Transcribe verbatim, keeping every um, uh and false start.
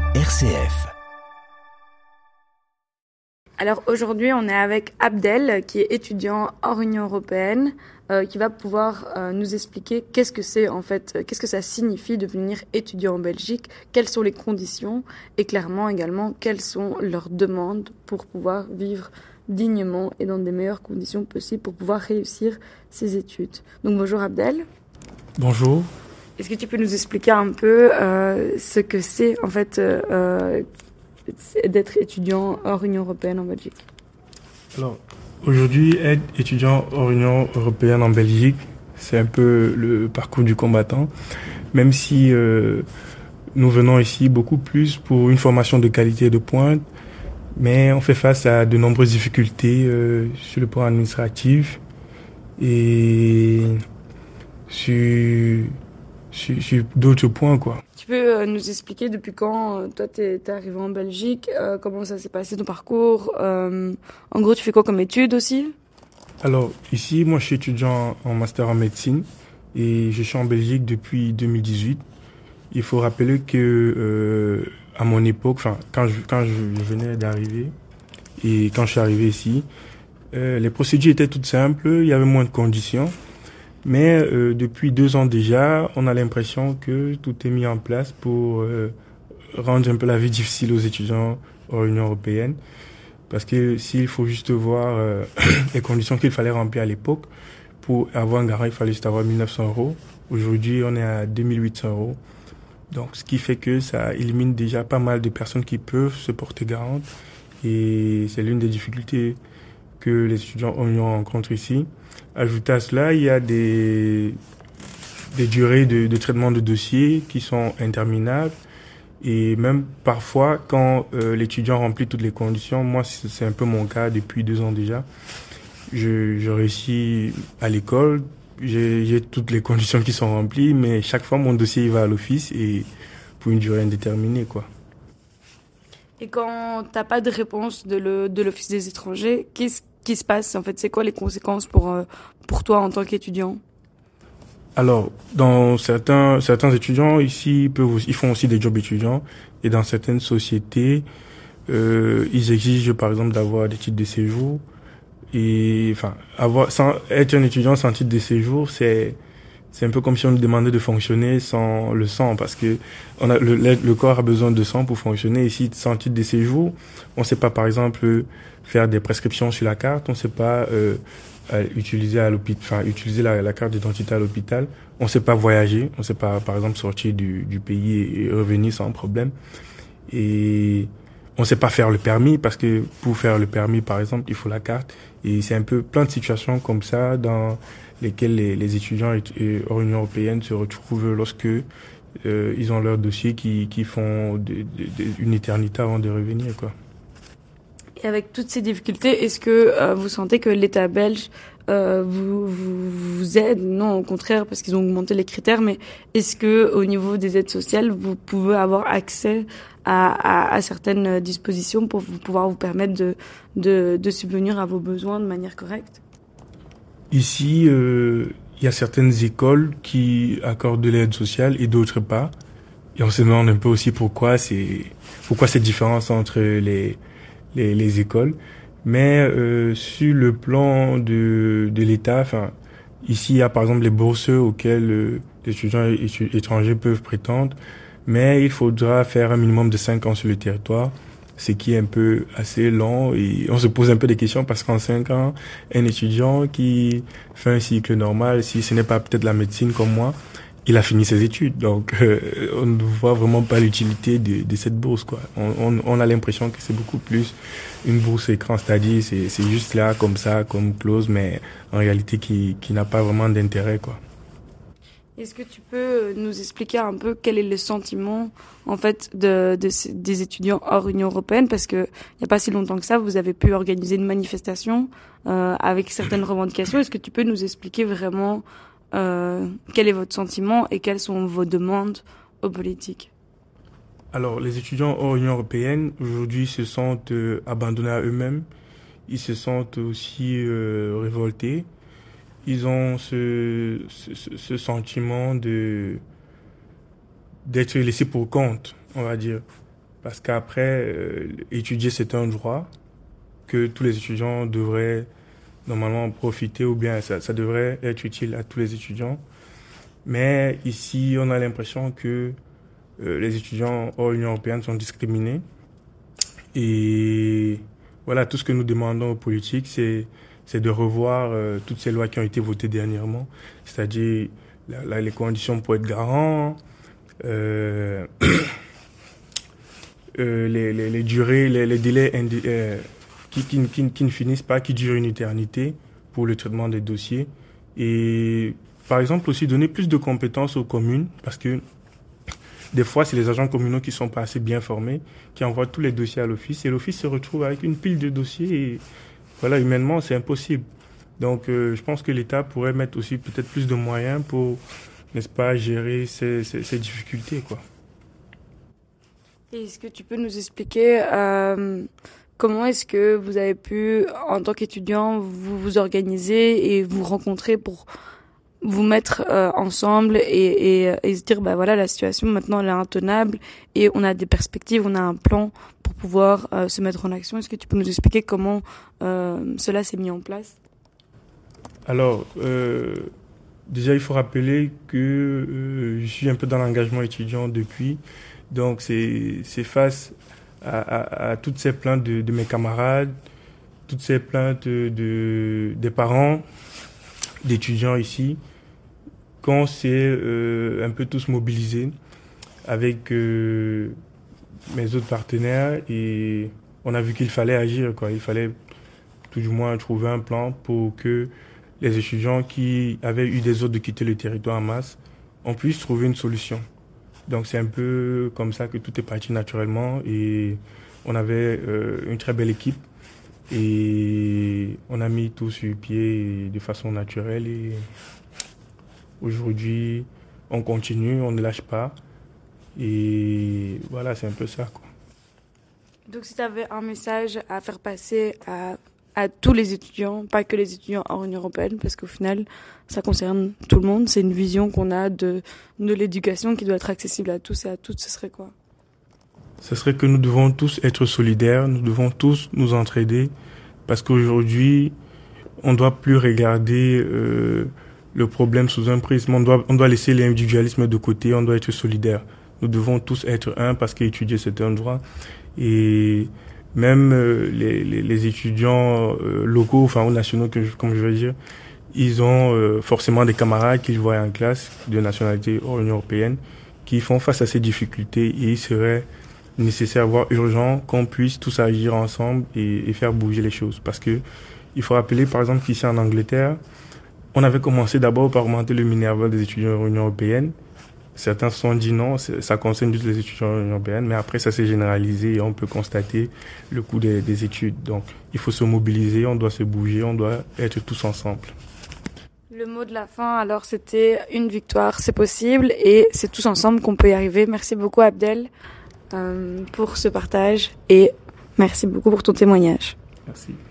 R C F. Alors aujourd'hui, on est avec Abdel, qui est étudiant hors Union européenne, euh, qui va pouvoir euh, nous expliquer qu'est-ce que c'est en fait, euh, qu'est-ce que ça signifie de devenir étudiant en Belgique, quelles sont les conditions et clairement également quelles sont leurs demandes pour pouvoir vivre dignement et dans des meilleures conditions possibles pour pouvoir réussir ses études. Donc bonjour Abdel. Bonjour. Est-ce que tu peux nous expliquer un peu euh, ce que c'est en fait euh, d'être étudiant hors Union européenne en Belgique? Alors, aujourd'hui, être étudiant hors Union européenne en Belgique, c'est un peu le parcours du combattant, même si euh, nous venons ici beaucoup plus pour une formation de qualité de pointe, mais on fait face à de nombreuses difficultés euh, sur le plan administratif et sur, sur, sur d'autres points, quoi. Tu peux euh, nous expliquer depuis quand euh, toi t'es, t'es arrivé en Belgique, euh, comment ça s'est passé ton parcours, euh, en gros tu fais quoi comme études aussi? Alors ici, moi je suis étudiant en master en médecine et je suis en Belgique depuis deux mille dix-huit. Il faut rappeler que euh, à mon époque, enfin quand je quand je venais d'arriver et quand je suis arrivé ici, euh, les procédures étaient toutes simples, il y avait moins de conditions. Mais euh, depuis deux ans déjà, on a l'impression que tout est mis en place pour euh, rendre un peu la vie difficile aux étudiants hors Union européenne. Parce que s'il faut juste voir euh, les conditions qu'il fallait remplir à l'époque, pour avoir un garant, il fallait juste avoir mille neuf cents euros. Aujourd'hui, on est à deux mille huit cents euros. Donc, ce qui fait que ça élimine déjà pas mal de personnes qui peuvent se porter garante. Et c'est l'une des difficultés que les étudiants hors Union rencontrent ici. Ajouté à cela, il y a des, des durées de, de traitement de dossiers qui sont interminables. Et même parfois, quand euh, l'étudiant remplit toutes les conditions, moi c'est, c'est un peu mon cas depuis deux ans déjà, je, je réussis à l'école, j'ai, j'ai toutes les conditions qui sont remplies, mais chaque fois mon dossier il va à l'office et pour une durée indéterminée, quoi. Et quand t'as pas de réponse de, le, de l'Office des étrangers, qu'est-ce qui se passe en fait? C'est quoi les conséquences pour, euh, pour toi en tant qu'étudiant? Alors, dans certains certains étudiants ici, ils peuvent aussi, ils font aussi des jobs étudiants et dans certaines sociétés, euh, ils exigent par exemple d'avoir des titres de séjour et enfin avoir sans être un étudiant sans titre de séjour, c'est c'est un peu comme si on nous demandait de fonctionner sans le sang parce que on a le, le corps a besoin de sang pour fonctionner. Ici, sans titre de séjour, on sait pas par exemple faire des prescriptions sur la carte, on sait pas euh, à utiliser à l'hôpital, enfin utiliser la, la carte d'identité à l'hôpital. On sait pas voyager, on sait pas par exemple sortir du, du pays et, et revenir sans problème. Et on sait pas faire le permis parce que pour faire le permis par exemple, il faut la carte. Et c'est un peu plein de situations comme ça dans lesquelles les, les étudiants et, et hors Union européenne se retrouvent lorsque euh, ils ont leur dossier qui, qui font de, de, de, une éternité avant de revenir, quoi. Et avec toutes ces difficultés, est-ce que euh, vous sentez que l'État belge euh, vous, vous, vous aide? Non, au contraire, parce qu'ils ont augmenté les critères, mais est-ce que au niveau des aides sociales, vous pouvez avoir accès à, à, à certaines dispositions pour vous, pouvoir vous permettre de, de, de subvenir à vos besoins de manière correcte? Ici, euh, il y a certaines écoles qui accordent de l'aide sociale et d'autres pas. Et on se demande un peu aussi pourquoi c'est pourquoi cette différence entre les les, les écoles. Mais euh, sur le plan de de l'État, enfin ici il y a par exemple les bourses auxquelles euh, les étudiants étu- étrangers peuvent prétendre, mais il faudra faire un minimum de cinq ans sur le territoire, ce qui est un peu assez long et on se pose un peu des questions parce qu'en cinq ans, un étudiant qui fait un cycle normal, si ce n'est pas peut-être la médecine comme moi, il a fini ses études. Donc, euh, on ne voit vraiment pas l'utilité de, de cette bourse, quoi. On, on, on a l'impression que c'est beaucoup plus une bourse écran, c'est-à-dire c'est, c'est juste là comme ça, comme clause, mais en réalité qui, qui n'a pas vraiment d'intérêt, quoi. Est-ce que tu peux nous expliquer un peu quel est le sentiment en fait de, de des étudiants hors Union européenne, parce que il y a pas si longtemps que ça, vous avez pu organiser une manifestation euh, avec certaines revendications. Est-ce que tu peux nous expliquer vraiment euh, quel est votre sentiment et quelles sont vos demandes aux politiques? Alors, les étudiants hors Union européenne aujourd'hui se sentent euh, abandonnés à eux-mêmes. Ils se sentent aussi euh, révoltés. Ils ont ce, ce, ce sentiment de d'être laissés pour compte, on va dire. Parce qu'après, euh, étudier, c'est un droit que tous les étudiants devraient normalement en profiter, ou bien ça, ça devrait être utile à tous les étudiants. Mais ici, on a l'impression que euh, les étudiants hors Union européenne sont discriminés. Et voilà, tout ce que nous demandons aux politiques, c'est, c'est de revoir euh, toutes ces lois qui ont été votées dernièrement, c'est-à-dire la, la, les conditions pour être garant, euh, euh, les, les, les durées, les, les délais indi- euh, qui, qui, qui, qui ne finissent pas, qui durent une éternité pour le traitement des dossiers. Et par exemple aussi donner plus de compétences aux communes, parce que des fois, c'est les agents communaux qui sont pas assez bien formés, qui envoient tous les dossiers à l'office, et l'office se retrouve avec une pile de dossiers, et voilà, humainement, c'est impossible. Donc, euh, je pense que l'État pourrait mettre aussi peut-être plus de moyens pour, n'est-ce pas, gérer ces, ces, ces difficultés, quoi. Et est-ce que tu peux nous expliquer euh, comment est-ce que vous avez pu, en tant qu'étudiant, vous vous organiser et vous rencontrer pour vous mettre euh, ensemble et, et, et se dire, bah voilà, la situation maintenant elle est intenable et on a des perspectives, on a un plan pour pouvoir euh, se mettre en action. Est-ce que tu peux nous expliquer comment euh, cela s'est mis en place? Alors, euh, déjà, il faut rappeler que euh, je suis un peu dans l'engagement étudiant depuis. Donc, c'est, c'est face à, à, à toutes ces plaintes de, de mes camarades, toutes ces plaintes de, de, des parents d'étudiants ici, qu'on s'est euh, un peu tous mobilisés avec euh, mes autres partenaires et on a vu qu'il fallait agir, quoi. Il fallait tout du moins trouver un plan pour que les étudiants qui avaient eu des ordres de quitter le territoire en masse, on puisse trouver une solution. Donc c'est un peu comme ça que tout est parti naturellement et on avait euh, une très belle équipe et on a mis tout sur pied de façon naturelle et aujourd'hui on continue, on ne lâche pas et voilà, c'est un peu ça, quoi. Donc si tu avais un message à faire passer à, à tous les étudiants, pas que les étudiants hors Union européenne, parce qu'au final, ça concerne tout le monde, c'est une vision qu'on a de, de l'éducation qui doit être accessible à tous et à toutes, ce serait quoi? Ce serait que nous devons tous être solidaires, nous devons tous nous entraider, parce qu'aujourd'hui, on ne doit plus regarder euh, le problème sous un prisme, on doit, on doit laisser l'individualisme de côté, on doit être solidaire. Nous devons tous être un, parce qu'étudier c'est un droit. Et même euh, les, les, les étudiants euh, locaux, enfin ou nationaux, que je, comme je veux dire, ils ont euh, forcément des camarades qu'ils voient en classe de nationalité hors Union européenne qui font face à ces difficultés et il serait nécessaire, voire urgent, qu'on puisse tous agir ensemble et, et faire bouger les choses. Parce que il faut rappeler, par exemple, qu'ici en Angleterre, on avait commencé d'abord par augmenter le minerval des étudiants hors Union européenne. Certains se sont dit non, ça concerne juste les étudiants européens, mais après ça s'est généralisé et on peut constater le coût des, des études. Donc il faut se mobiliser, on doit se bouger, on doit être tous ensemble. Le mot de la fin, alors, c'était une victoire, c'est possible et c'est tous ensemble qu'on peut y arriver. Merci beaucoup Abdel euh, pour ce partage et merci beaucoup pour ton témoignage. Merci.